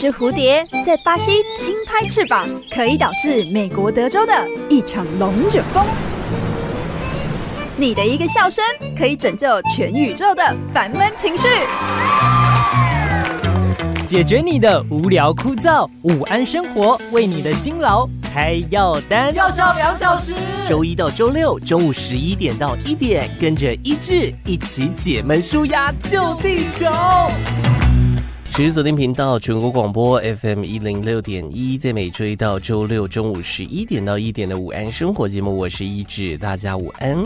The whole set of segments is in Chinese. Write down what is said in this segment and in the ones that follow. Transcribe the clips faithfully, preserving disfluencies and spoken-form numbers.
只蝴蝶在巴西轻拍翅膀，可以导致美国德州的一场龙卷风。你的一个笑声可以拯救全宇宙的烦闷情绪。 解决你的无聊枯燥，午安生活为你的辛劳开药单， 药效两小时，周一到周六中午十一点到一点，跟着一志一起解闷舒压救地球。持续锁定频道全国广播 F M 一零六点一，在每周一到周六中午十一点到一点的午安生活节目，我是一志，大家午安。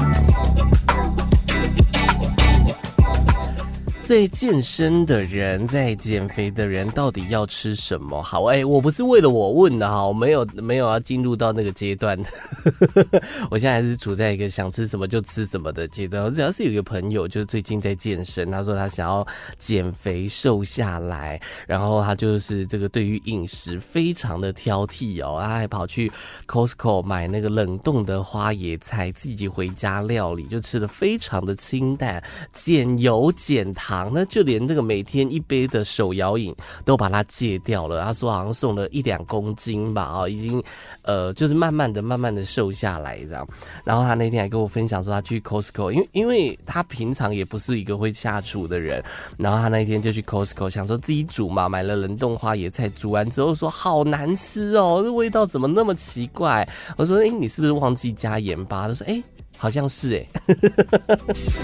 在健身的人，在减肥的人，到底要吃什么好？哎、欸，我不是为了我问的哈，我没有没有要进入到那个阶段。我现在还是处在一个想吃什么就吃什么的阶段。我只要是有一个朋友，就是最近在健身，他说他想要减肥瘦下来，然后他就是这个对于饮食非常的挑剔哦，他还跑去 Costco 买那个冷冻的花椰菜，自己回家料理，就吃得非常的清淡，减油减糖。那就连这个每天一杯的手摇饮都把它戒掉了。他说好像瘦了一两公斤吧，哦，已经呃就是慢慢的、慢慢的瘦下来这样。然后他那天还跟我分享说，他去 Costco， 因为因为他平常也不是一个会下厨的人，然后他那天就去 Costco， 想说自己煮嘛，买了冷冻花椰菜，煮完之后说好难吃哦，这味道怎么那么奇怪？我说哎、欸，你是不是忘记加盐巴？他说哎、欸，好像是哎、欸。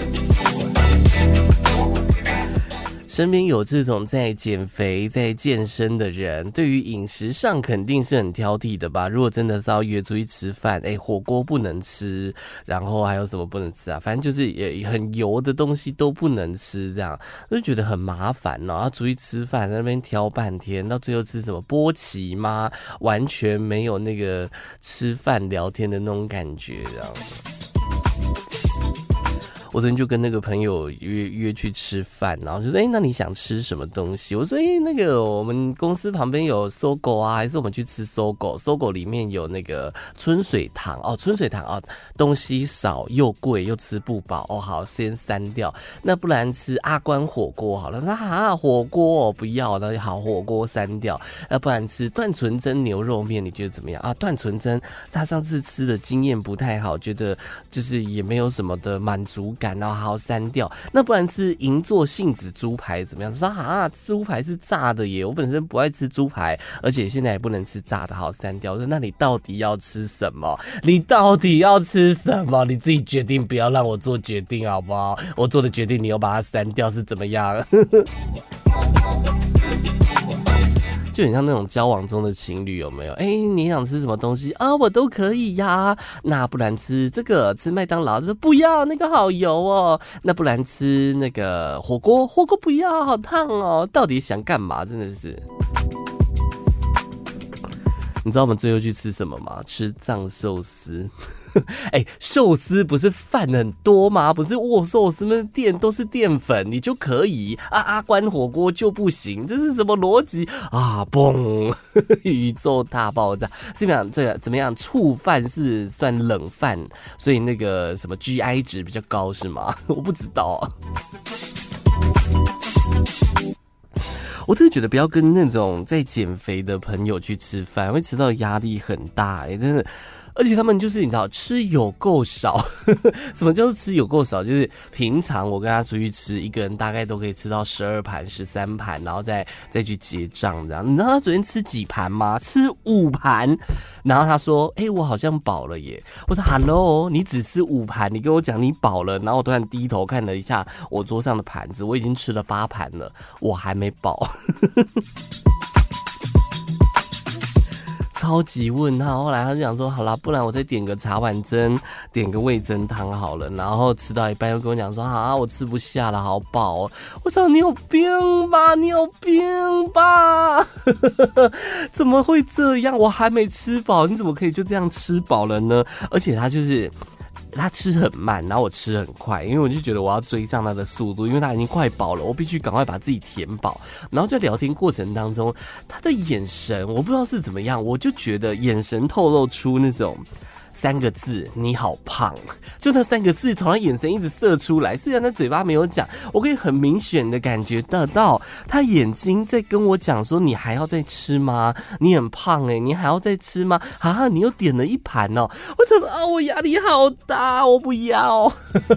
身边有这种在减肥在健身的人，对于饮食上肯定是很挑剔的吧。如果真的是要约出去吃饭，哎，火锅不能吃，然后还有什么不能吃啊，反正就是也很油的东西都不能吃，这样我就觉得很麻烦哦。要出去吃饭在那边挑半天，到最后吃什么波奇吗？完全没有那个吃饭聊天的那种感觉，这样。我昨天就跟那个朋友约约去吃饭，然后就说：“哎、欸，那你想吃什么东西？”我说：“哎、欸，那个我们公司旁边有搜狗啊，还是我们去吃搜狗？搜狗里面有那个春水堂哦，春水堂哦，东西少又贵又吃不饱哦，好，先删掉。那不然吃阿关火锅好了。那啊，火锅哦不要，那好，火锅删掉。那不然吃段纯真牛肉面，你觉得怎么样啊？段纯真他上次吃的经验不太好，觉得就是也没有什么的满足感。”然后好删掉，那不然吃银座杏子猪排怎么样？说啊，猪排是炸的耶，我本身不爱吃猪排，而且现在也不能吃炸的，好删掉。我说那你到底要吃什么？你到底要吃什么？你自己决定，不要让我做决定好不好？我做的决定你又把它删掉是怎么样？就很像那种交往中的情侣，有没有？哎、欸，你想吃什么东西啊？我都可以呀。那不然吃这个，吃麦当劳，就说不要，那个好油哦。那不然吃那个火锅，火锅不要，好烫哦。到底想干嘛？真的是。你知道我们最后去吃什么吗？吃藏寿司。哎、欸，寿司不是饭很多吗？不是握寿司那店都是淀粉，你就可以啊？阿关火锅就不行，这是什么逻辑啊？嘣！宇宙大爆炸！是讲这个怎么样？醋饭是算冷饭，所以那个什么 G I 值比较高是吗？我不知道、啊。我真的觉得不要跟那种在减肥的朋友去吃饭，会吃到压力很大、欸，真的。而且他们就是你知道吃有够少，什么叫做吃有够少？就是平常我跟他出去吃，一个人大概都可以吃到十二盘、十三盘，然后再再去结账这样。你知道他昨天吃几盘吗？吃五盘。然后他说：“哎、欸，我好像饱了耶。”我说 ：“Hello， 你只吃五盘，你跟我讲你饱了。”然后我突然低头看了一下我桌上的盘子，我已经吃了八盘了，我还没饱。超级问号，后来他就想说，好啦，不然我再点个茶碗蒸，点个味噌汤好了。然后吃到一半又跟我讲说，啊，我吃不下了，好饱哦。我想你有病吧，你有病吧？怎么会这样？我还没吃饱，你怎么可以就这样吃饱了呢？而且他就是他吃很慢，然后我吃很快，因为我就觉得我要追上他的速度，因为他已经快饱了，我必须赶快把自己填饱。然后在聊天过程当中，他的眼神我不知道是怎么样，我就觉得眼神透露出那种三个字，你好胖，就那三个字从他眼神一直射出来，虽然他嘴巴没有讲，我可以很明显的感觉得到他眼睛在跟我讲说，你还要再吃吗？你很胖欸，你还要再吃吗？啊，你又点了一盘哦，我真的啊，我压力好大，我不要。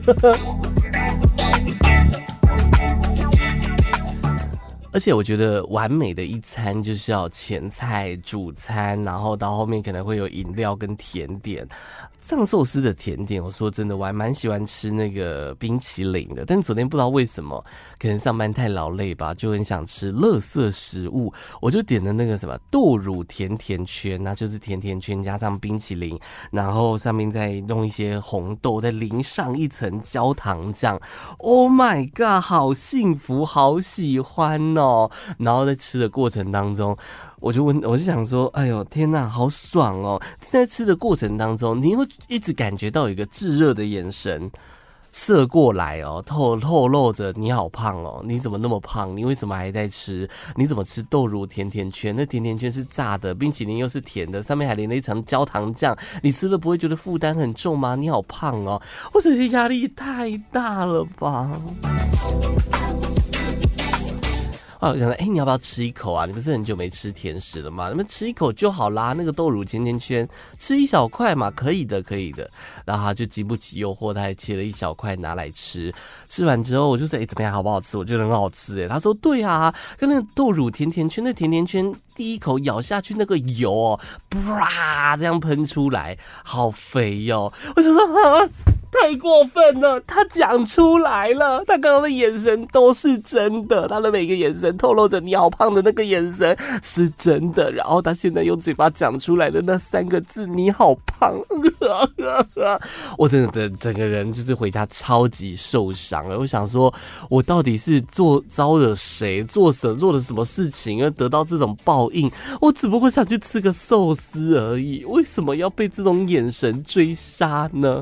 而且我觉得完美的一餐就是要前菜、主餐，然后到后面可能会有饮料跟甜点。藏寿司的甜点，我说真的，我还蛮喜欢吃那个冰淇淋的。但昨天不知道为什么，可能上班太劳累吧，就很想吃垃圾食物，我就点了那个什么豆乳甜甜圈，那就是甜甜圈加上冰淇淋，然后上面再弄一些红豆，再淋上一层焦糖酱。Oh my god， 好幸福，好喜欢哦！然后在吃的过程当中，我就问，我就想说，哎呦天哪，好爽哦！在吃的过程当中，你会一直感觉到有一个炙热的眼神射过来哦，透透露着你好胖哦，你怎么那么胖？你为什么还在吃？你怎么吃豆乳甜甜圈？那甜甜圈是炸的，冰淇淋又是甜的，上面还淋了一层焦糖酱，你吃了不会觉得负担很重吗？你好胖哦！我这些压力太大了吧？啊，我想说，哎、欸，你要不要吃一口啊？你不是很久没吃甜食了吗？那么吃一口就好啦。那个豆乳甜甜圈，吃一小块嘛，可以的，可以的。然后他就经不起诱惑，他还切了一小块拿来吃。吃完之后，我就说，哎、欸，怎么样，好不好吃？我觉得很好吃、欸。哎，他说，对啊，跟那个豆乳甜甜圈，那甜甜圈第一口咬下去，那个油哦，啪这样喷出来，好肥哟、哦。我就说，啊。太过分了，他讲出来了，他刚刚的眼神都是真的，他的每个眼神透露着你好胖的那个眼神是真的，然后他现在用嘴巴讲出来的那三个字你好胖，我真的整个人就是回家超级受伤了。我想说，我到底是做招惹谁，做什做了什么事情而得到这种报应？我只不过想去吃个寿司而已，为什么要被这种眼神追杀呢？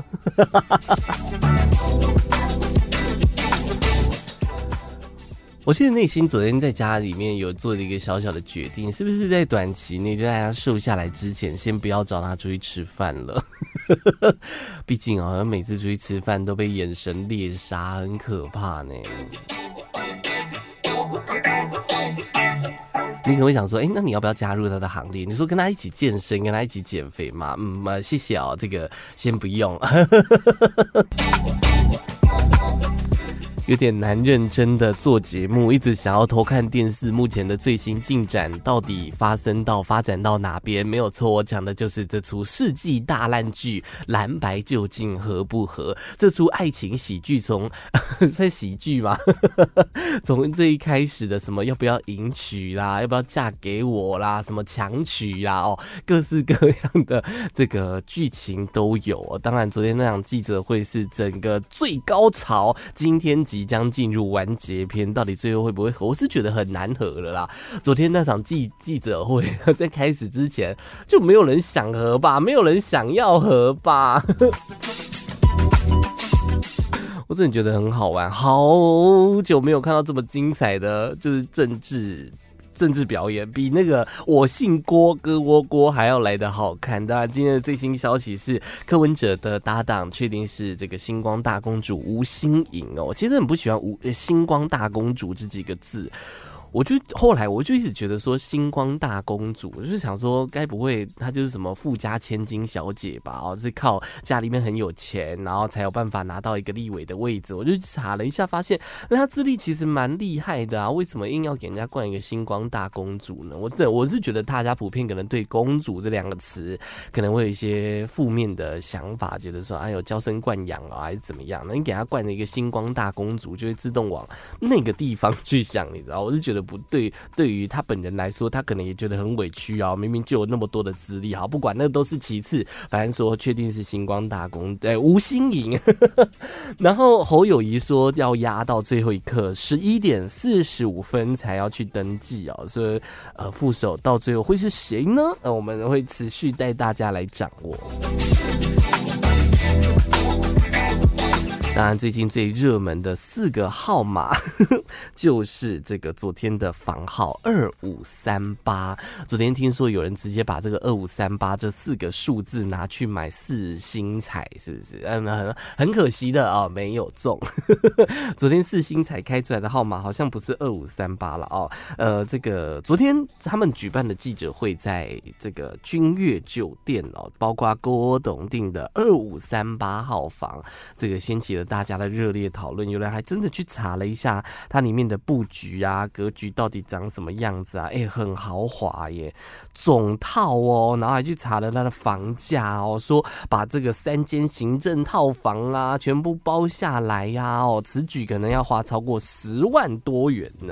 我现在内心昨天在家里面有做了一个小小的决定，是不是在短期内就在他瘦下来之前，先不要找他出去吃饭了？毕竟好像每次出去吃饭都被眼神猎杀，很可怕呢。你可能会想说，哎、欸，那你要不要加入他的行列？你说跟他一起健身，跟他一起减肥吗？嗯，呃、谢谢哦，这个先不用。有点难认真的做节目，一直想要偷看电视目前的最新进展到底发生到发展到哪边。没有错，我讲的就是这出世纪大烂剧蓝白究竟合不合。这出爱情喜剧从在喜剧嘛，从最一开始的什么要不要迎娶啦，要不要嫁给我啦，什么强娶啦，哦，各式各样的这个剧情都有、哦、当然昨天那场记者会是整个最高潮，今天即将进入完结篇，到底最后会不会合？我是觉得很难合了啦。昨天那场记记者会在开始之前就没有人想合吧，没有人想要合吧。我真的觉得很好玩，好久没有看到这么精彩的，就是政治。政治表演比那个我姓郭哥窝郭还要来得好看。当然今天的最新消息是柯文哲的搭档确定是这个星光大公主吴欣颖哦。我其实很不喜欢吴星光大公主这几个字，我就后来我就一直觉得说星光大公主，我就是想说该不会她就是什么富家千金小姐吧？哦，是靠家里面很有钱，然后才有办法拿到一个立委的位置。我就查了一下，发现她资历其实蛮厉害的啊，为什么硬要给人家冠一个星光大公主呢？我我是觉得大家普遍可能对公主这两个词可能会有一些负面的想法，觉得说哎呦娇生惯养啊，还是怎么样？那你给她冠了一个星光大公主，就会自动往那个地方去想，你知道？我是觉得。不对，对于他本人来说，他可能也觉得很委屈啊！明明就有那么多的资历，好，不管那都是其次，反正说确定是星光大公，对，吴欣颖。然后侯友宜说要压到最后一刻，十一点四十五分才要去登记哦，所以呃，副手到最后会是谁呢？呃，我们会持续带大家来掌握。 当然，最近最热门的四个号码就是这个昨天的房号二五三八。昨天听说有人直接把这个二五三八这四个数字拿去买四星彩，是不是？嗯，很很可惜的哦，没有中。昨天四星彩开出来的号码好像不是二五三八了哦。呃，这个昨天他们举办的记者会，在这个君悦酒店哦，包括郭董订的二五三八号房，这个掀起了大家的热烈讨论。有人还真的去查了一下它里面的布局啊、格局到底长什么样子啊？哎、欸，很豪华耶，总套哦，然后还去查了它的房价哦，说把这个三间行政套房啊全部包下来呀、啊，哦，此举可能要花超过十万多元呢。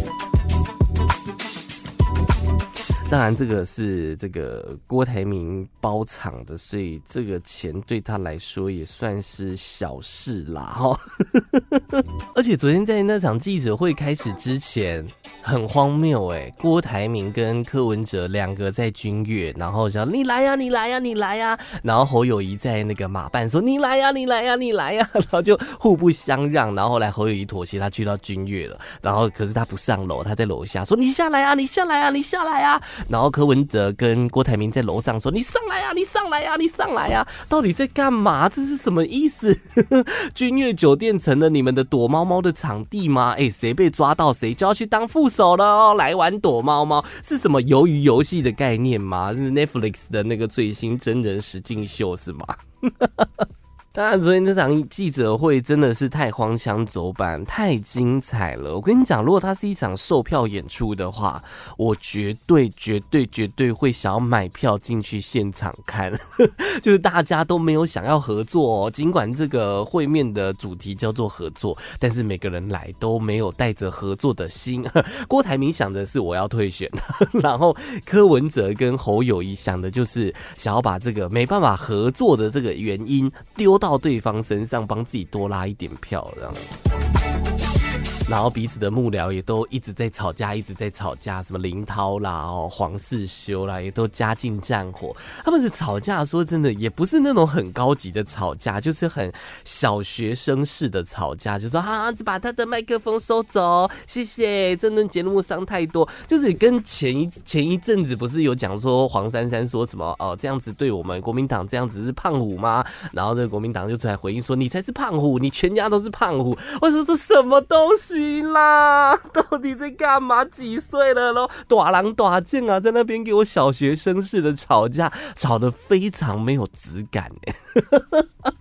当然，这个是这个郭台铭包场的，所以这个钱对他来说也算是小事啦哈。而且昨天在那场记者会开始之前，很荒谬哎、欸，郭台铭跟柯文哲两个在君悦，然后讲你来呀、啊，你来呀、啊，你来呀、啊，然后侯友宜在那个马办说你来呀、啊，你来呀、啊，你来呀、啊，然后就互不相让，然后后来侯友宜妥协，他去到君悦了，然后可是他不上楼，他在楼下说你下来啊，你下来啊，你下来啊，然后柯文哲跟郭台铭在楼上说你上来啊，你上来啊，你上来啊，到底在干嘛？这是什么意思？君悦酒店成了你们的躲猫猫的场地吗？哎，谁被抓到谁就要去当副手了哦，来玩躲猫猫是什么鱿鱼游戏的概念吗？是 Netflix 的那个最新真人实境秀是吗？当然，昨天这场记者会真的是太荒腔走板，太精彩了。我跟你讲，如果它是一场售票演出的话，我绝对、绝对、绝对会想要买票进去现场看。就是大家都没有想要合作哦，尽管这个会面的主题叫做合作，但是每个人来都没有带着合作的心。郭台铭想的是我要退选，然后柯文哲跟侯友宜想的就是想要把这个没办法合作的这个原因丢到对方身上，帮自己多拉一点票，这样。然后彼此的幕僚也都一直在吵架，一直在吵架，什么林涛啦、哦黄世修啦，也都加进战火。他们的吵架，说真的，也不是那种很高级的吵架，就是很小学生式的吵架，就说啊，把他的麦克风收走，谢谢。这轮节目上太多，就是跟前一前一阵子不是有讲说黄珊珊说什么哦，这样子对我们国民党这样子是胖虎吗？然后这个国民党就出来回应说，你才是胖虎，你全家都是胖虎。我说这什么东西？啦，到底在干嘛？几岁了咯？大人大件啊，在那边给我小学生式的吵架，吵得非常没有质感哎。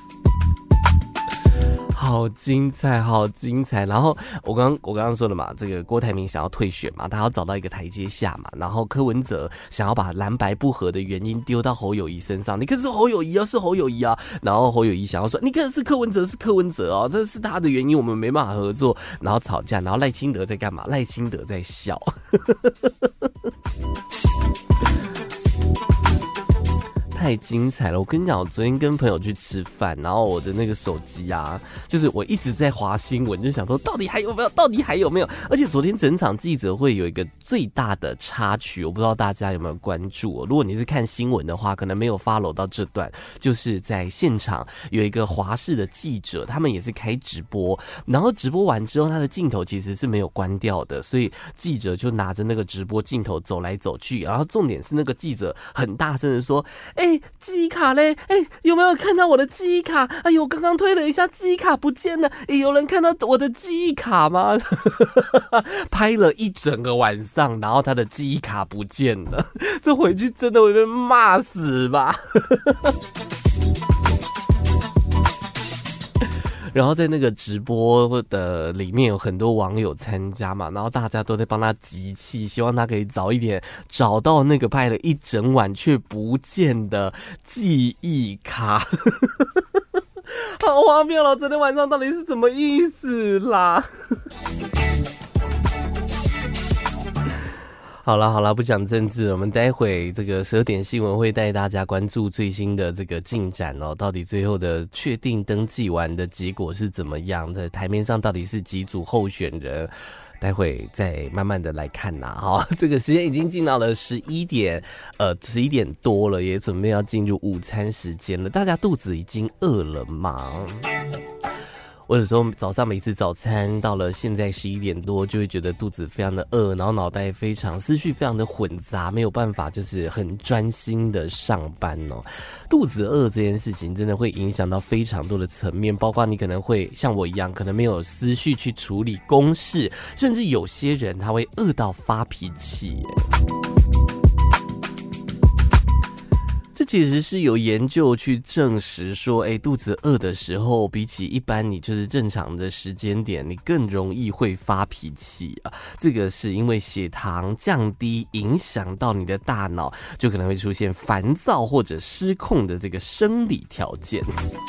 好精彩，好精彩！然后我刚我刚刚说了嘛，这个郭台铭想要退选嘛，他要找到一个台阶下嘛。然后柯文哲想要把蓝白不合的原因丢到侯友宜身上，你可是侯友宜啊，是侯友宜啊。然后侯友宜想要说，你可是柯文哲，是柯文哲哦，这是他的原因，我们没办法合作。然后吵架，然后赖清德在干嘛？赖清德在笑。太精彩了！我跟你讲，我昨天跟朋友去吃饭，然后我的那个手机啊，就是我一直在滑新闻，就想说到底还有没有，到底还有没有？而且昨天整场记者会有一个最大的插曲，我不知道大家有没有关注哦。如果你是看新闻的话，可能没有 follow 到这段，就是在现场有一个华视的记者，他们也是开直播，然后直播完之后，他的镜头其实是没有关掉的，所以记者就拿着那个直播镜头走来走去，然后重点是那个记者很大声的说：“哎、欸。”记忆卡嘞，哎、欸，有没有看到我的记忆卡？哎呦，刚刚推了一下，记忆卡不见了。欸、有人看到我的记忆卡吗？拍了一整个晚上，然后他的记忆卡不见了，这回去真的会被骂死吧？然后在那个直播的里面有很多网友参加嘛，然后大家都在帮他集气，希望他可以早一点找到那个拍了一整晚却不见的记忆卡。好荒谬了，昨天晚上到底是什么意思啦？好了好了，不讲政治了，我们待会这个十二点新闻会带大家关注最新的这个进展哦，到底最后的确定登记完的结果是怎么样的？台面上到底是几组候选人？待会再慢慢的来看呐，哈，这个时间已经进到了十一点，呃，十一点多了，也准备要进入午餐时间了，大家肚子已经饿了吗？ 我有时候早上每次早餐到了现在十一点多，就会觉得肚子非常的饿，然后脑袋非常思绪非常的混杂，没有办法就是很专心的上班哦。肚子饿这件事情真的会影响到非常多的层面，包括你可能会像我一样，可能没有思绪去处理公事，甚至有些人他会饿到发脾气耶。这其实是有研究去证实说，哎，肚子饿的时候，比起一般你就是正常的时间点，你更容易会发脾气啊。这个是因为血糖降低，影响到你的大脑，就可能会出现烦躁或者失控的这个生理条件。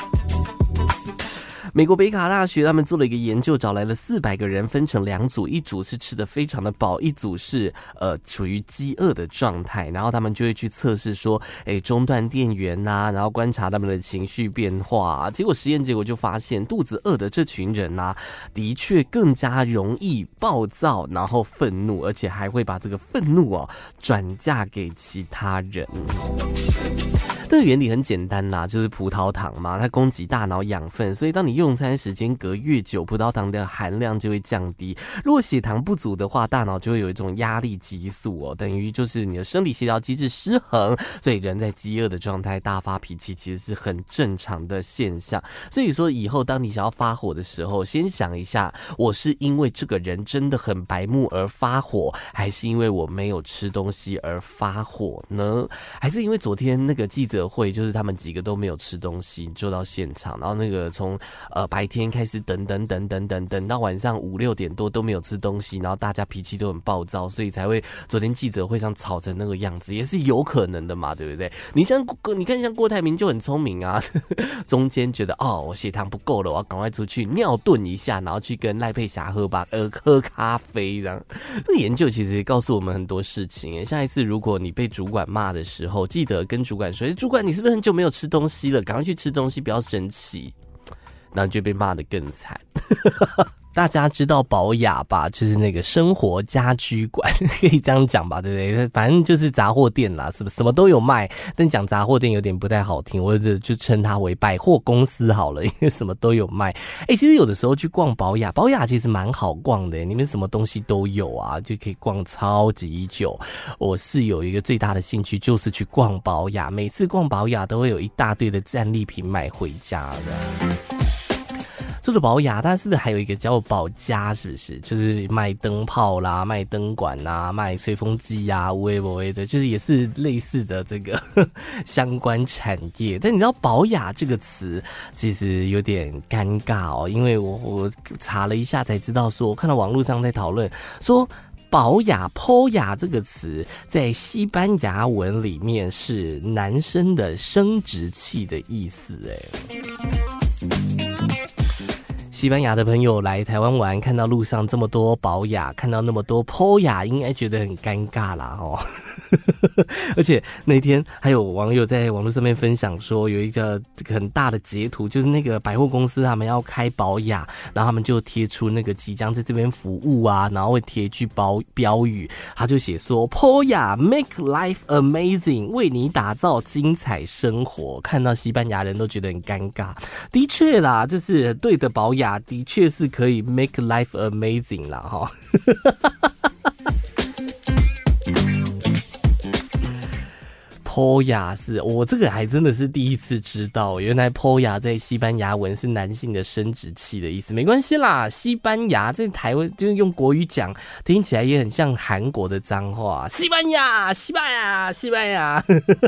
美国北卡大学他们做了一个研究，找来了四百个人，分成两组，一组是吃得非常的饱，一组是呃处于饥饿的状态，然后他们就会去测试说，哎，中断电源啊，然后观察他们的情绪变化啊。结果实验结果就发现，肚子饿的这群人啊，的确更加容易暴躁，然后愤怒，而且还会把这个愤怒哦转嫁给其他人。这个原理很简单啦，就是葡萄糖嘛，它供给大脑养分，所以当你用餐时间隔越久，葡萄糖的含量就会降低。如果血糖不足的话，大脑就会有一种压力激素哦，等于就是你的生理协调机制失衡，所以人在饥饿的状态大发脾气，其实是很正常的现象。所以说以后当你想要发火的时候，先想一下，我是因为这个人真的很白目而发火，还是因为我没有吃东西而发火呢？还是因为昨天那个记者会，就是他们几个都没有吃东西，就到现场，然后那个从呃白天开始等等等等等等到晚上五六点多都没有吃东西，然后大家脾气都很暴躁，所以才会昨天记者会上吵成那个样子，也是有可能的嘛，对不对？你像你看像郭台铭就很聪明啊，中间觉得哦我血糖不够了，我要赶快出去尿遁一下，然后去跟赖佩霞喝吧呃喝咖啡这样。这个研究其实告诉我们很多事情耶，下一次如果你被主管骂的时候，记得跟主管说，主管你是不是很久没有吃东西了，赶快去吃东西，不要生气，然后就被骂得更惨。大家知道宝雅吧，就是那个生活家居馆，可以这样讲吧，对不对？反正就是杂货店啦，什么什么都有卖，但讲杂货店有点不太好听，我就称它为百货公司好了，因为什么都有卖。哎、欸，其实有的时候去逛宝雅，宝雅其实蛮好逛的，里面什么东西都有啊，就可以逛超级久。我是有一个最大的兴趣，就是去逛宝雅，每次逛宝雅都会有一大堆的战利品买回家的。除了宝雅，它是不是还有一个叫宝家？是不是就是卖灯泡啦、卖灯管啦、卖吹风机啊、无为不为的，就是也是类似的这个相关产业。但你知道宝雅这个词其实有点尴尬哦，因为我我查了一下才知道说，我看到网络上在讨论说，宝雅 po 雅这个词在西班牙文里面是男生的生殖器的意思哎。西班牙的朋友来台湾玩，看到路上这么多宝雅，看到那么多 po 雅，应该觉得很尴尬啦哦。而且那天还有网友在网络上面分享说，有一个很大的截图，就是那个百货公司他们要开宝雅，然后他们就贴出那个即将在这边服务啊，然后会贴一句标标语，他就写说 po 雅 make life amazing， 为你打造精彩生活。看到西班牙人都觉得很尴尬。的确啦，就是对的宝雅的确是可以 make life amazing 啦齁。po 雅是我这个还真的是第一次知道，原来 po 雅在西班牙文是男性的生殖器的意思。没关系啦，西班牙在台湾就是用国语讲，听起来也很像韩国的脏话，西班牙西班牙西班牙。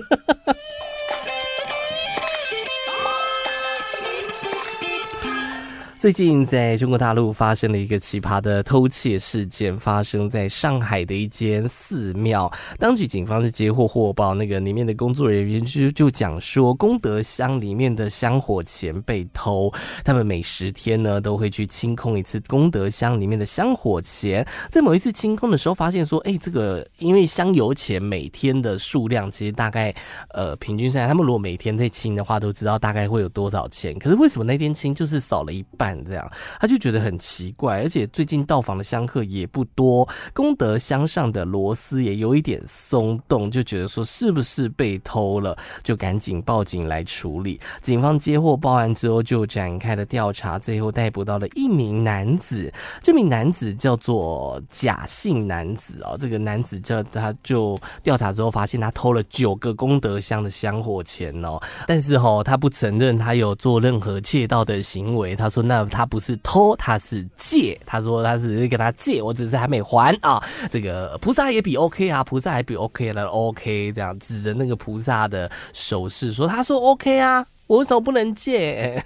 最近在中国大陆发生了一个奇葩的偷窃事件，发生在上海的一间寺庙。当局警方是接获获报，那个里面的工作人员就就讲说，功德箱里面的香火钱被偷，他们每十天呢都会去清空一次功德箱里面的香火钱。在某一次清空的时候，发现说，哎、欸，这个因为香油钱每天的数量其实大概呃平均下来，他们如果每天在清的话，都知道大概会有多少钱。可是为什么那天清就是少了一半？ 看这样，他就觉得很奇怪，而且最近到访的香客也不多，功德箱上的螺丝也有一点松动，就觉得说是不是被偷了，就赶紧报警来处理。警方接获报案之后就展开了调查，最后逮捕到了一名男子。这名男子叫做贾姓男子哦，这个男子叫他就调查之后发现他偷了九个功德箱的香火钱哦，但是哦他不承认他有做任何窃盗的行为，他说那他不是偷，他是借，他说他只是跟他借，我只是还没还啊。这个菩萨也比 OK 啊，菩萨还比 OK 了 OK， 这样指着那个菩萨的手势说，他说 OK 啊，我为什么不能借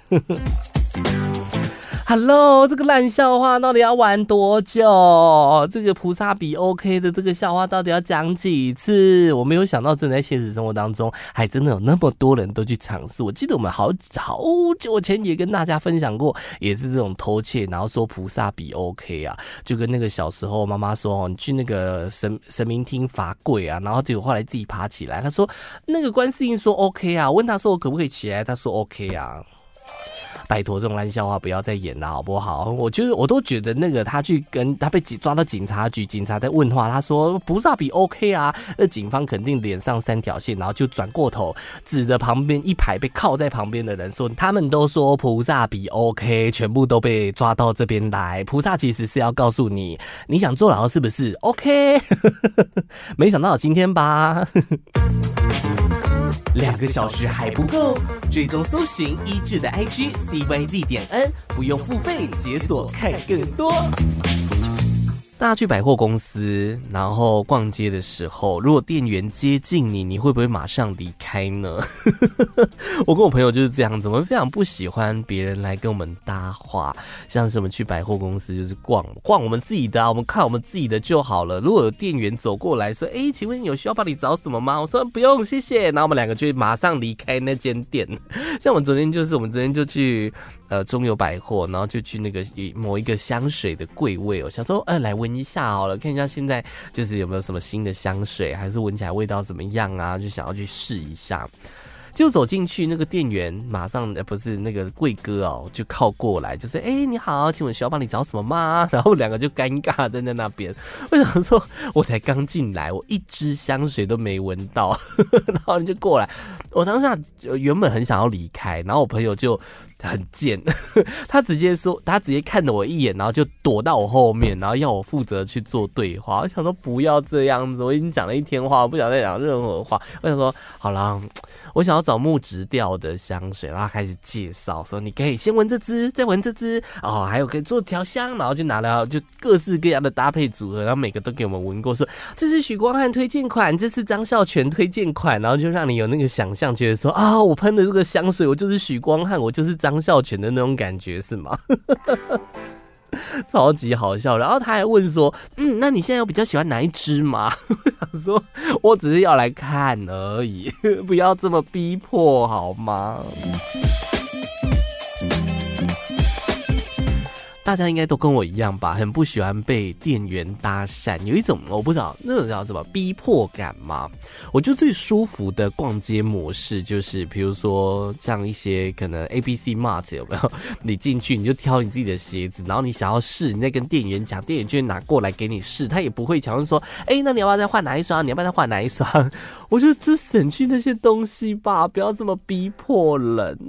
？Hello， 这个烂笑话到底要玩多久？这个菩萨比 OK 的这个笑话到底要讲几次？我没有想到，真的在现实生活当中，还真的有那么多人都去尝试。我记得我们好好久前也跟大家分享过，也是这种偷窃，然后说菩萨比 OK 啊，就跟那个小时候妈妈说哦，你去那个神神明厅罚跪啊，然后结果后来自己爬起来，他说那个观世音说 OK 啊，问他说我可不可以起来，他说 OK 啊。拜托，这种烂笑话不要再演了，好不好？我觉得我都觉得那个他去跟他被抓到警察局，警察在问话，他说菩萨比 OK 啊，那警方肯定脸上三条线，然后就转过头指着旁边一排被靠在旁边的人说，他们都说菩萨比 OK， 全部都被抓到这边来。菩萨其实是要告诉你，你想坐牢是不是 ？OK， 没想到今天吧。两个小时还不够，追踪搜寻一致的 I G C Y Z 点 N， 不用付费解锁看更多。大家去百货公司，然后逛街的时候，如果店员接近你，你会不会马上离开呢？我跟我朋友就是这样子，我们非常不喜欢别人来跟我们搭话，像是我们去百货公司就是逛逛我们自己的啊，我们看我们自己的就好了。如果有店员走过来说，哎、欸，请问有需要帮你找什么吗？我说不用，谢谢。然后我们两个就马上离开那间店。像我们昨天就是，我们昨天就去呃中友百货，然后就去那个某一个香水的柜位，我想说，哎、呃，来闻一下好了，看一下现在就是有没有什么新的香水，还是闻起来味道怎么样啊？就想要去试一下。就走进去，那个店员马上呃不是那个柜哥哦，就靠过来，就是哎、欸、你好，请问需要帮你找什么吗？然后两个就尴尬站在那边。我想说，我才刚进来，我一支香水都没闻到，然后你就过来，我当下原本很想要离开，然后我朋友就很贱，他直接说，他直接看了我一眼，然后就躲到我后面，然后要我负责去做对话。我想说不要这样子，我已经讲了一天话，我不想再讲任何话。我想说好啦，我想要找木质调的香水，然后开始介绍说，你可以先闻这支，再闻这支，哦，还有可以做调香，然后就拿了就各式各样的搭配组合，然后每个都给我们闻过，说这是许光汉推荐款，这是张孝全推荐款，然后就让你有那个想象，觉得说啊，我喷的这个香水，我就是许光汉，我就是张孝全的那种感觉，是吗？超级好笑。然后他还问说，嗯，那你现在有比较喜欢哪一支吗？我想说，我只是要来看而已，不要这么逼迫好吗？大家应该都跟我一样吧，很不喜欢被店员搭讪，有一种我不知道那种叫什么逼迫感嘛。我觉得最舒服的逛街模式就是，比如说像一些可能 A B C Mart 有没有？你进去你就挑你自己的鞋子，然后你想要试，你再跟店员讲，店员就会拿过来给你试，他也不会强说，哎、欸，那你要不要再换哪一双？你要不要再换哪一双？我觉得就省去那些东西吧，不要这么逼迫人。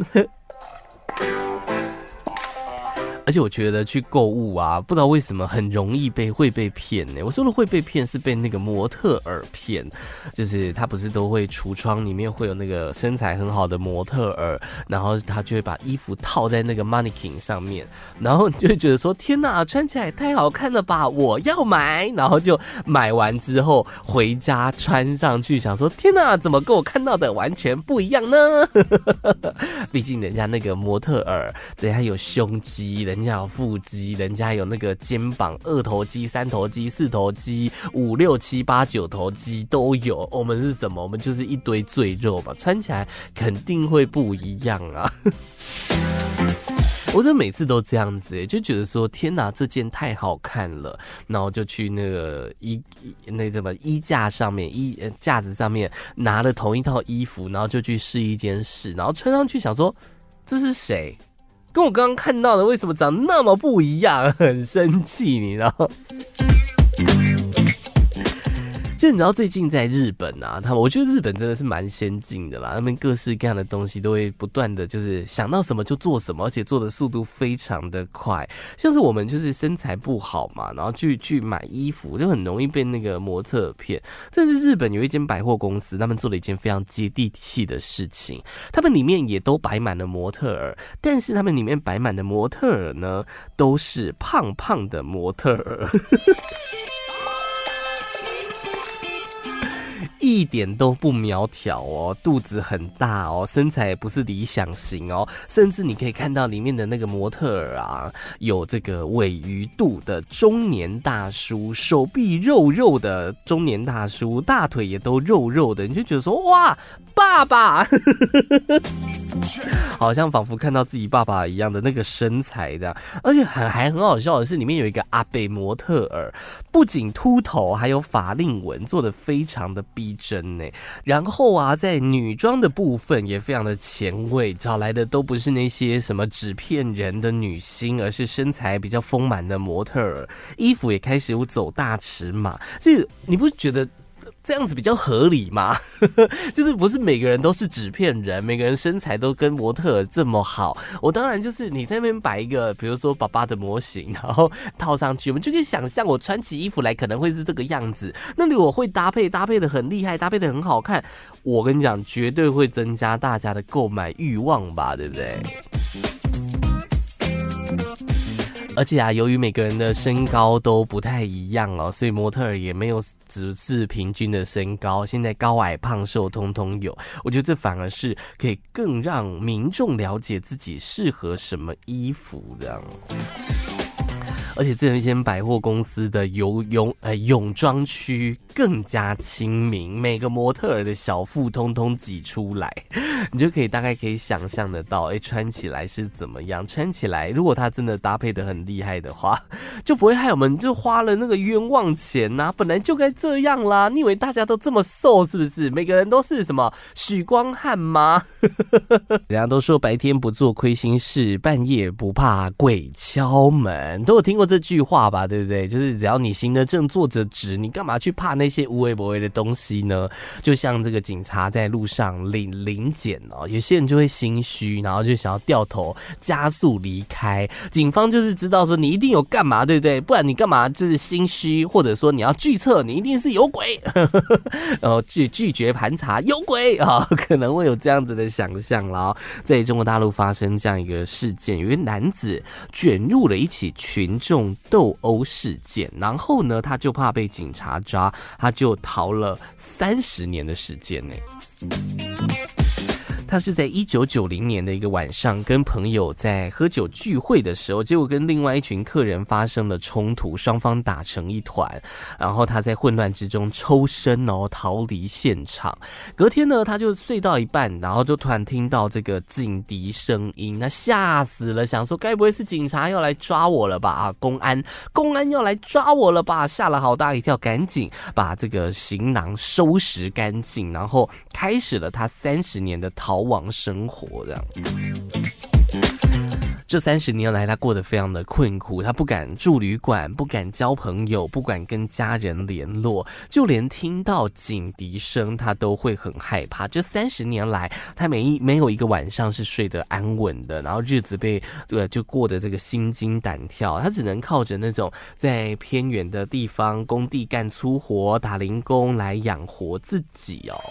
而且我觉得去购物啊，不知道为什么很容易被会被骗呢、欸。我说的会被骗是被那个模特儿骗，就是他不是都会橱窗里面会有那个身材很好的模特儿，然后他就会把衣服套在那个 mannequin 上面，然后你就会觉得说天哪，穿起来也太好看了吧，我要买，然后就买完之后回家穿上去，想说天哪，怎么跟我看到的完全不一样呢？毕竟人家那个模特儿，人家有胸肌，人家有腹肌，人家有那个肩膀，二头肌、三头肌、四头肌、五六七八九头肌都有。我们是什么？我们就是一堆赘肉嘛，穿起来肯定会不一样啊。我真的每次都这样子、欸，就觉得说天哪，这件太好看了，然后就去那个衣那什么衣架上面衣架子上面拿了同一套衣服，然后就去试一件试，然后穿上去想说这是谁？ 跟我刚刚看到的为什么长那么不一样，很生气，你知道。就你知道最近在日本啊，他们我觉得日本真的是蛮先进的啦，他们各式各样的东西都会不断的就是想到什么就做什么，而且做的速度非常的快。像是我们就是身材不好嘛，然后去去买衣服就很容易被那个模特骗。但是日本有一间百货公司，他们做了一件非常接地气的事情，他们里面也都摆满了模特儿，但是他们里面摆满的模特儿呢，都是胖胖的模特儿。一点都不苗条哦，肚子很大哦，身材也不是理想型哦，甚至你可以看到里面的那个模特儿啊，有这个尾鱼肚的中年大叔，手臂肉肉的中年大叔，大腿也都肉肉的，你就觉得说哇，爸爸，好像仿佛看到自己爸爸一样的那个身材的，而且还还很好笑的是，里面有一个阿伯模特儿，不仅秃头，还有法令纹，做得非常的逼真呢。然后啊，在女装的部分也非常的前卫，找来的都不是那些什么纸片人的女星，而是身材比较丰满的模特儿，衣服也开始有走大尺码，这你不觉得这样子比较合理吗？就是不是每个人都是纸片人，每个人身材都跟模特儿这么好。我当然就是你在那边摆一个，比如说爸爸的模型，然后套上去，我们就可以想象我穿起衣服来可能会是这个样子。那如果会搭配，搭配的很厉害，搭配的很好看，我跟你讲，绝对会增加大家的购买欲望吧，对不对？而且啊，由于每个人的身高都不太一样哦，所以模特儿也没有只是平均的身高，现在高矮胖瘦通通有。我觉得这反而是可以更让民众了解自己适合什么衣服这样。而且这一间百货公司的游泳呃泳装区更加亲民，每个模特儿的小腹通通挤出来，你就可以大概可以想象得到，哎、欸，穿起来是怎么样？穿起来，如果它真的搭配得很厉害的话，就不会害我们就花了那个冤枉钱呐、啊。本来就该这样啦，你以为大家都这么瘦是不是？每个人都是什么许光汉吗？人家都说白天不做亏心事，半夜不怕鬼敲门，都有听过这句话吧，对不对？就是只要你行得正坐着直，你干嘛去怕那些无微不微的东西呢？就像这个警察在路上领临检哦，有些人就会心虚，然后就想要掉头加速离开。警方就是知道说你一定有干嘛，对不对？不然你干嘛就是心虚，或者说你要拒测，你一定是有鬼，然后拒拒绝盘查有鬼啊、哦，可能会有这样子的想象啦。在中国大陆发生这样一个事件，有一个男子卷入了一起群众斗殴事件，然后呢，他就怕被警察抓，他就逃了三十年的时间呢。他是在一九九零年的一个晚上，跟朋友在喝酒聚会的时候，结果跟另外一群客人发生了冲突，双方打成一团，然后他在混乱之中抽身哦，逃离现场。隔天呢，他就睡到一半，然后就突然听到这个警笛声音，那吓死了，想说该不会是警察要来抓我了吧？啊，公安，公安要来抓我了吧？吓了好大一跳，赶紧把这个行囊收拾干净，然后开始了他三十年的逃亡生活这样。这三十年来，他过得非常的困苦，他不敢住旅馆，不敢交朋友，不敢跟家人联络，就连听到警笛声，他都会很害怕。这三十年来，他每一没有一个晚上是睡得安稳的，然后日子被对就过得这个心惊胆跳。他只能靠着那种在偏远的地方工地干粗活、打零工来养活自己哦。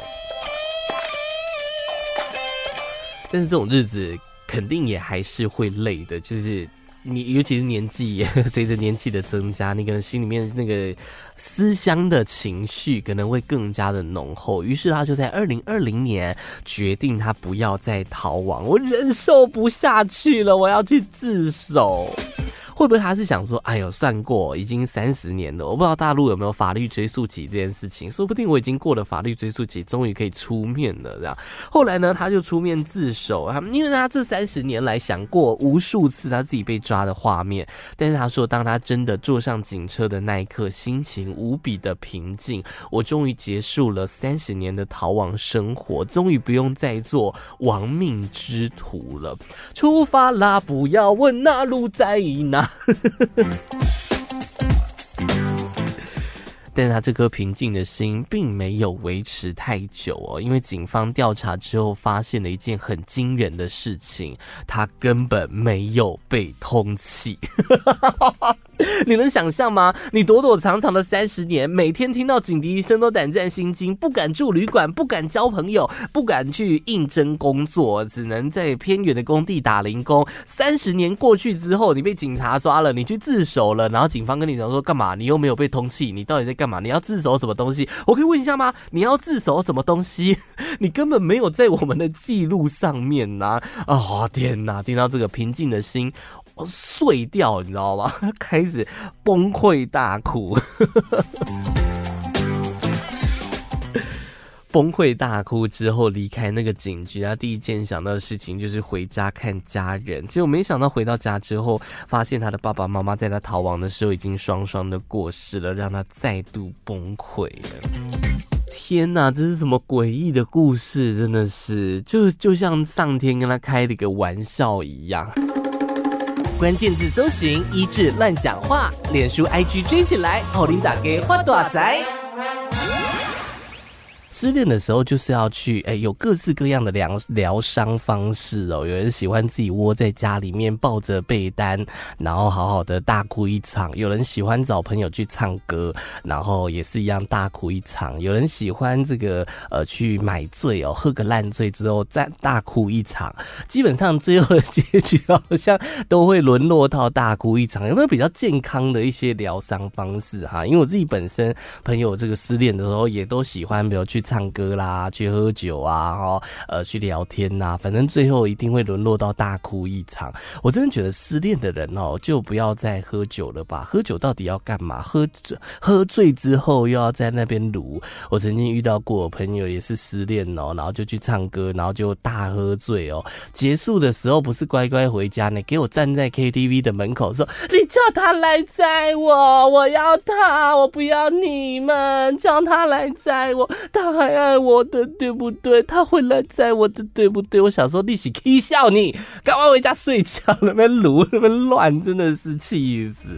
但是这种日子肯定也还是会累的，就是你尤其是年纪随着年纪的增加，你可能心里面那个思乡的情绪可能会更加的浓厚。于是他就在二零二零年决定他不要再逃亡，我忍受不下去了，我要去自首。 会不会他是想说，哎呦，算过已经三十年了，我不知道大陆有没有法律追诉期这件事情，说不定我已经过了法律追诉期，终于可以出面了这样。后来呢，他就出面自首，因为他这三十年来想过无数次他自己被抓的画面，但是他说，当他真的坐上警车的那一刻，心情无比的平静，我终于结束了三十年的逃亡生活，终于不用再做亡命之徒了。出发啦，不要问那路在哪。但是他这颗平静的心并没有维持太久哦，因为警方调查之后发现了一件很惊人的事情，他根本没有被通缉。你能想象吗？你躲躲藏藏的三十年，每天听到警笛声都胆战心惊，不敢住旅馆，不敢交朋友，不敢去应征工作，只能在偏远的工地打零工。三十年过去之后，你被警察抓了，你去自首了，然后警方跟你讲说干嘛？你又没有被通缉，你到底在干嘛？你要自首什么东西？我可以问一下吗？你要自首什么东西？你根本没有在我们的记录上面呐、啊！哦天哪！听到这个平静的心碎掉，你知道吗？开始崩溃大哭。崩溃大哭之后离开那个警局，他第一件想到的事情就是回家看家人。结果没想到回到家之后，发现他的爸爸妈妈在他逃亡的时候已经双双的过世了，让他再度崩溃了。天哪，这是什么诡异的故事？真的是就就像上天跟他开了一个玩笑一样。关键字搜寻一志乱讲话，脸书 I G 追起来，好领打给花大仔。失恋的时候就是要去，哎、欸，有各式各样的疗疗伤方式哦。有人喜欢自己窝在家里面抱着被单，然后好好的大哭一场；有人喜欢找朋友去唱歌，然后也是一样大哭一场；有人喜欢这个呃去买醉哦，喝个烂醉之后再大哭一场。基本上最后的结局好像都会沦落到大哭一场。有没有比较健康的一些疗伤方式哈？因为我自己本身朋友这个失恋的时候也都喜欢，比如去唱歌啦，去喝酒啊，哦，呃，去聊天呐，反正最后一定会沦落到大哭一场。我真的觉得失恋的人哦，就不要再喝酒了吧？喝酒到底要干嘛？喝喝醉之后又要在那边撸。我曾经遇到过我朋友也是失恋哦，然后就去唱歌，然后就大喝醉哦。结束的时候不是乖乖回家呢，给我站在 K T V 的门口说：“你叫他来载我，我要他，我不要你们，叫他来载我。”他还爱我的，对不对？他会来载我的，对不对？我想说，利息可以笑你，赶快回家睡觉，那边撸那边乱，真的是气死。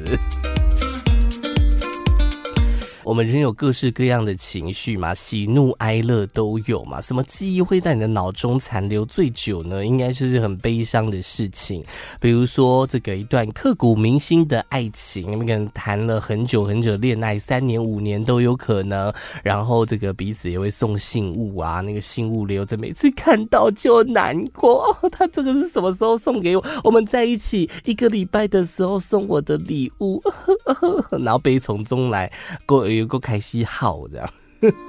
我们人有各式各样的情绪嘛，喜怒哀乐都有嘛。什么记忆会在你的脑中残留最久呢？应该是很悲伤的事情，比如说这个一段刻骨铭心的爱情，你们可能谈了很久很久恋爱，三年五年都有可能，然后这个彼此也会送信物啊，那个信物留着，每次看到就难过。哦，他这个是什么时候送给我？我们在一起一个礼拜的时候送我的礼物，然后悲从中来，过有够开心好这样。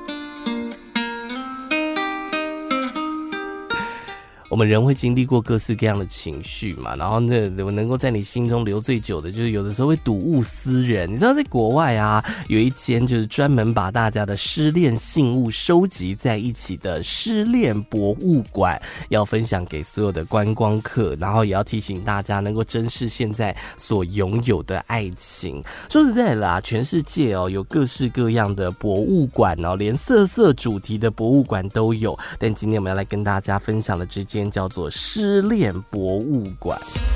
我们人会经历过各式各样的情绪嘛，然后呢，能够在你心中留最久的，就是有的时候会睹物思人。你知道，在国外啊，有一间就是专门把大家的失恋信物收集在一起的失恋博物馆，要分享给所有的观光客，然后也要提醒大家能够珍视现在所拥有的爱情。说实在的啦，全世界哦有各式各样的博物馆哦，连色色主题的博物馆都有。但今天我们要来跟大家分享的这间叫做失恋博物馆。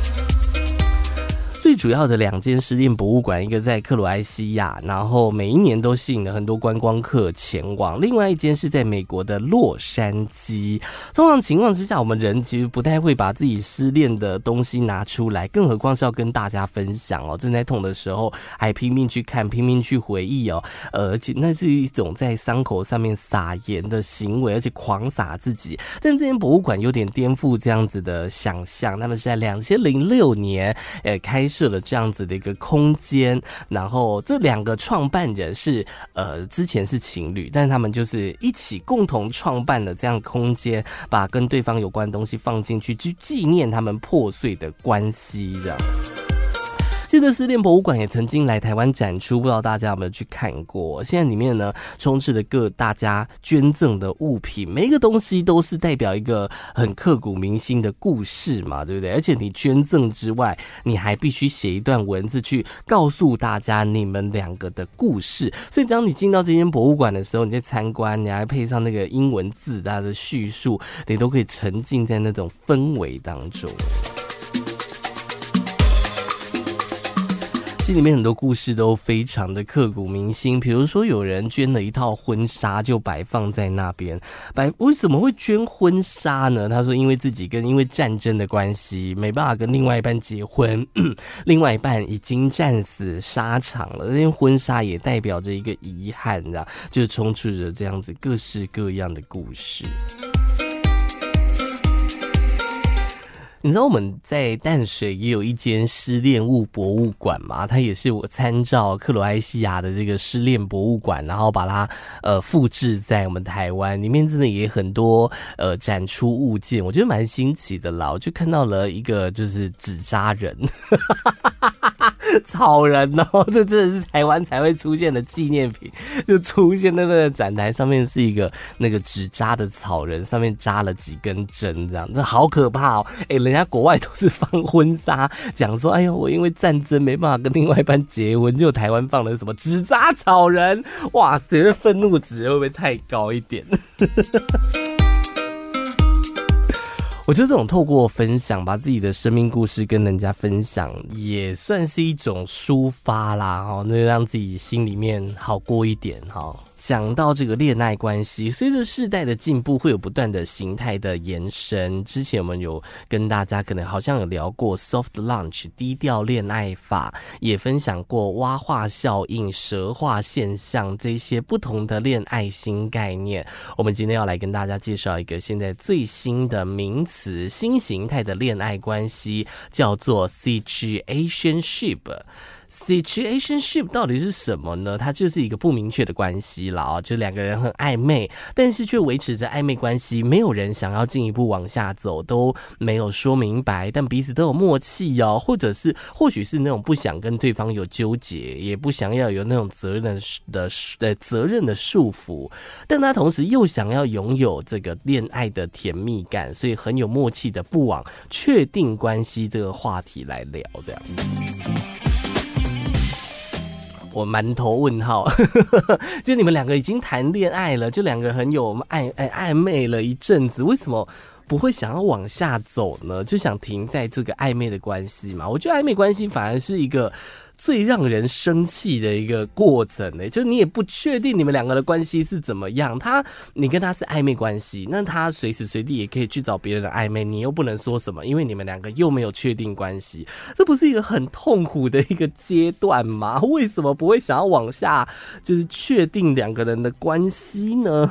最主要的两间失恋博物馆，一个在克罗埃西亚，然后每一年都吸引了很多观光客前往；另外一间是在美国的洛杉矶。通常情况之下，我们人其实不太会把自己失恋的东西拿出来，更何况是要跟大家分享哦。正在痛的时候，还拼命去看，拼命去回忆哦，呃，而且那是一种在伤口上面撒盐的行为，而且狂撒自己。但这间博物馆有点颠覆这样子的想象，他们是在两千零六年，呃，开始设了这样子的一个空间，然后这两个创办人是呃之前是情侣，但是他们就是一起共同创办了这样空间，把跟对方有关的东西放进去，去纪念他们破碎的关系这样。 这个失恋博物馆也曾经来台湾展出，不知道大家有没有去看过？现在里面呢充斥着各大家捐赠的物品，每一个东西都是代表一个很刻骨铭心的故事嘛，对不对？而且你捐赠之外，你还必须写一段文字去告诉大家你们两个的故事。所以当你进到这间博物馆的时候，你在参观，你还配上那个英文字它的叙述，你都可以沉浸在那种氛围当中。这里面很多故事都非常的刻骨铭心，比如说有人捐了一套婚纱就摆放在那边，摆为什么会捐婚纱呢？他说因为自己跟因为战争的关系没办法跟另外一半结婚，另外一半已经战死沙场了，这件婚纱也代表着一个遗憾，就充斥着这样子各式各样的故事。你知道我们在淡水也有一间失恋物博物馆吗？它也是我参照克罗埃西亚的这个失恋博物馆，然后把它呃复制在我们台湾，里面真的也很多呃展出物件，我觉得蛮新奇的啦。我就看到了一个就是纸扎人，草人哦，这真的是台湾才会出现的纪念品，就出现在那个展台上面是一个那个纸扎的草人，上面扎了几根针，这样，这好可怕哦！哎、欸，人家国外都是放婚纱，讲说，哎呦，我因为战争没办法跟另外一半结婚，就台湾放了什么纸扎草人，哇塞，这愤怒值会不会太高一点？我觉得这种透过分享，把自己的生命故事跟人家分享，也算是一种抒发啦，那让自己心里面好过一点哈。讲到这个恋爱关系，随着世代的进步，会有不断的形态的延伸。之前我们有跟大家可能好像有聊过 soft launch 低调恋爱法，也分享过蛙化效应、蛇化现象这些不同的恋爱新概念。我们今天要来跟大家介绍一个现在最新的名词，新形态的恋爱关系，叫做 situationship。situationship 到底是什么呢？它就是一个不明确的关系啦，就两个人很暧昧，但是却维持着暧昧关系，没有人想要进一步往下走，都没有说明白，但彼此都有默契哦，或者是或许是那种不想跟对方有纠结，也不想要有那种责任的的的责任的束缚，但他同时又想要拥有这个恋爱的甜蜜感，所以很有默契的不往确定关系这个话题来聊，这样。我满头问号，就你们两个已经谈恋爱了，就两个很有暧暧昧了一阵子，为什么不会想要往下走呢？就想停在这个暧昧的关系嘛？我觉得暧昧关系反而是一个最让人生气的一个过程呢、欸，就你也不确定你们两个的关系是怎么样。他，你跟他是暧昧关系，那他随时随地也可以去找别人的暧昧，你又不能说什么，因为你们两个又没有确定关系，这不是一个很痛苦的一个阶段吗？为什么不会想要往下，就是确定两个人的关系呢？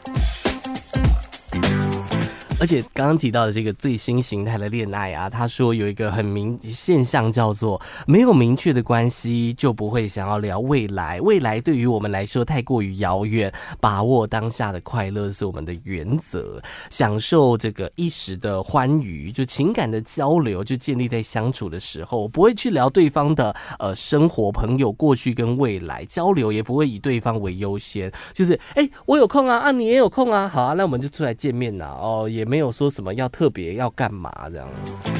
而且刚刚提到的这个最新形态的恋爱啊，他说有一个很明现象叫做没有明确的关系就不会想要聊未来，未来对于我们来说太过于遥远，把握当下的快乐是我们的原则，享受这个一时的欢愉，就情感的交流就建立在相处的时候，不会去聊对方的呃生活、朋友、过去跟未来，交流也不会以对方为优先，就是哎、欸、我有空啊，啊你也有空啊，好啊，那我们就出来见面啦，哦也没有说什么要特别要干嘛这样。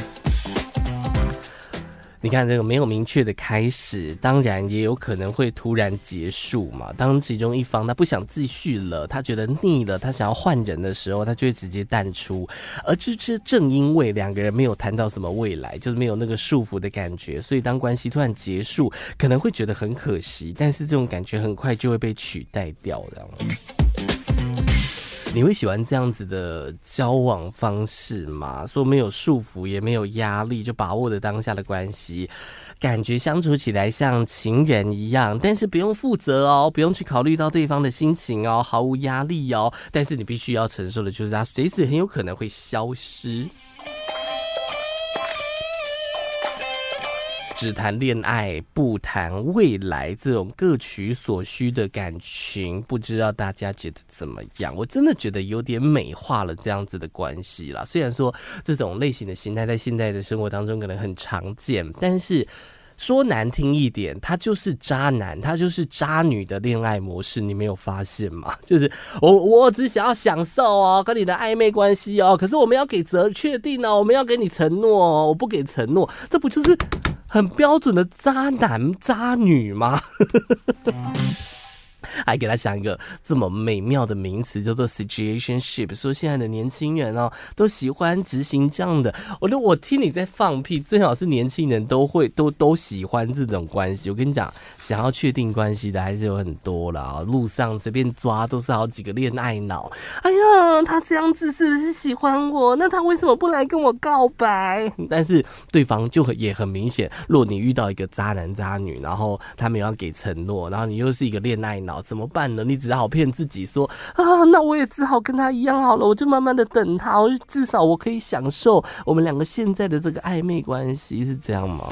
你看这个没有明确的开始，当然也有可能会突然结束嘛。当其中一方他不想继续了，他觉得腻了，他想要换人的时候，他就会直接淡出。而就是正因为两个人没有谈到什么未来，就是没有那个束缚的感觉，所以当关系突然结束，可能会觉得很可惜，但是这种感觉很快就会被取代掉这样。你会喜欢这样子的交往方式吗？说没有束缚也没有压力，就把握着当下的关系，感觉相处起来像情人一样，但是不用负责哦，不用去考虑到对方的心情哦，毫无压力哦，但是你必须要承受的就是他随时很有可能会消失。只谈恋爱不谈未来，这种各取所需的感情，不知道大家觉得怎么样？我真的觉得有点美化了这样子的关系啦。虽然说这种类型的心态在现在的生活当中可能很常见，但是说难听一点，他就是渣男，他就是渣女的恋爱模式，你没有发现吗？就是我我只想要享受哦，跟你的暧昧关系哦，可是我们要给责确定哦，我们要给你承诺哦，我不给承诺，这不就是很标准的渣男渣女吗？还给他想一个这么美妙的名词，叫做 situationship， 说现在的年轻人哦都喜欢执行这样的。我说我听你在放屁，最好是年轻人都会都都喜欢这种关系。我跟你讲，想要确定关系的还是有很多啦，路上随便抓都是好几个恋爱脑。哎呀，他这样子是不是喜欢我？那他为什么不来跟我告白？但是对方就也很明显，如果你遇到一个渣男渣女，然后他们要给承诺，然后你又是一个恋爱脑，怎么办呢？你只好骗自己说啊，那我也只好跟他一样好了，我就慢慢的等他，我就至少我可以享受我们两个现在的这个暧昧关系，是这样吗？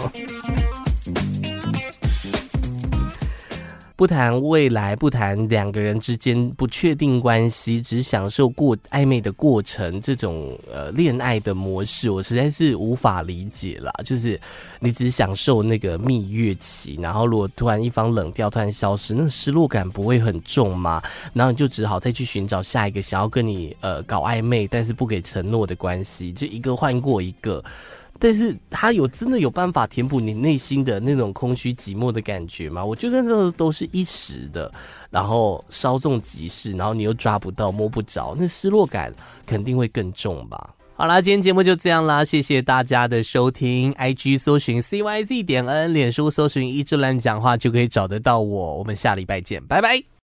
不谈未来，不谈两个人之间不确定关系，只享受过暧昧的过程，这种呃恋爱的模式，我实在是无法理解啦。就是你只享受那个蜜月期，然后如果突然一方冷掉，突然消失，那失落感不会很重吗？然后你就只好再去寻找下一个想要跟你呃搞暧昧，但是不给承诺的关系，就一个换过一个。但是他有真的有办法填补你内心的那种空虚寂寞的感觉吗？我觉得那都是一时的，然后稍纵即逝，然后你又抓不到摸不着，那失落感肯定会更重吧。好啦，今天节目就这样啦，谢谢大家的收听。I G 搜寻 C Y Z 点 N， 脸书搜寻一只兰讲话就可以找得到我。我们下礼拜见，拜拜。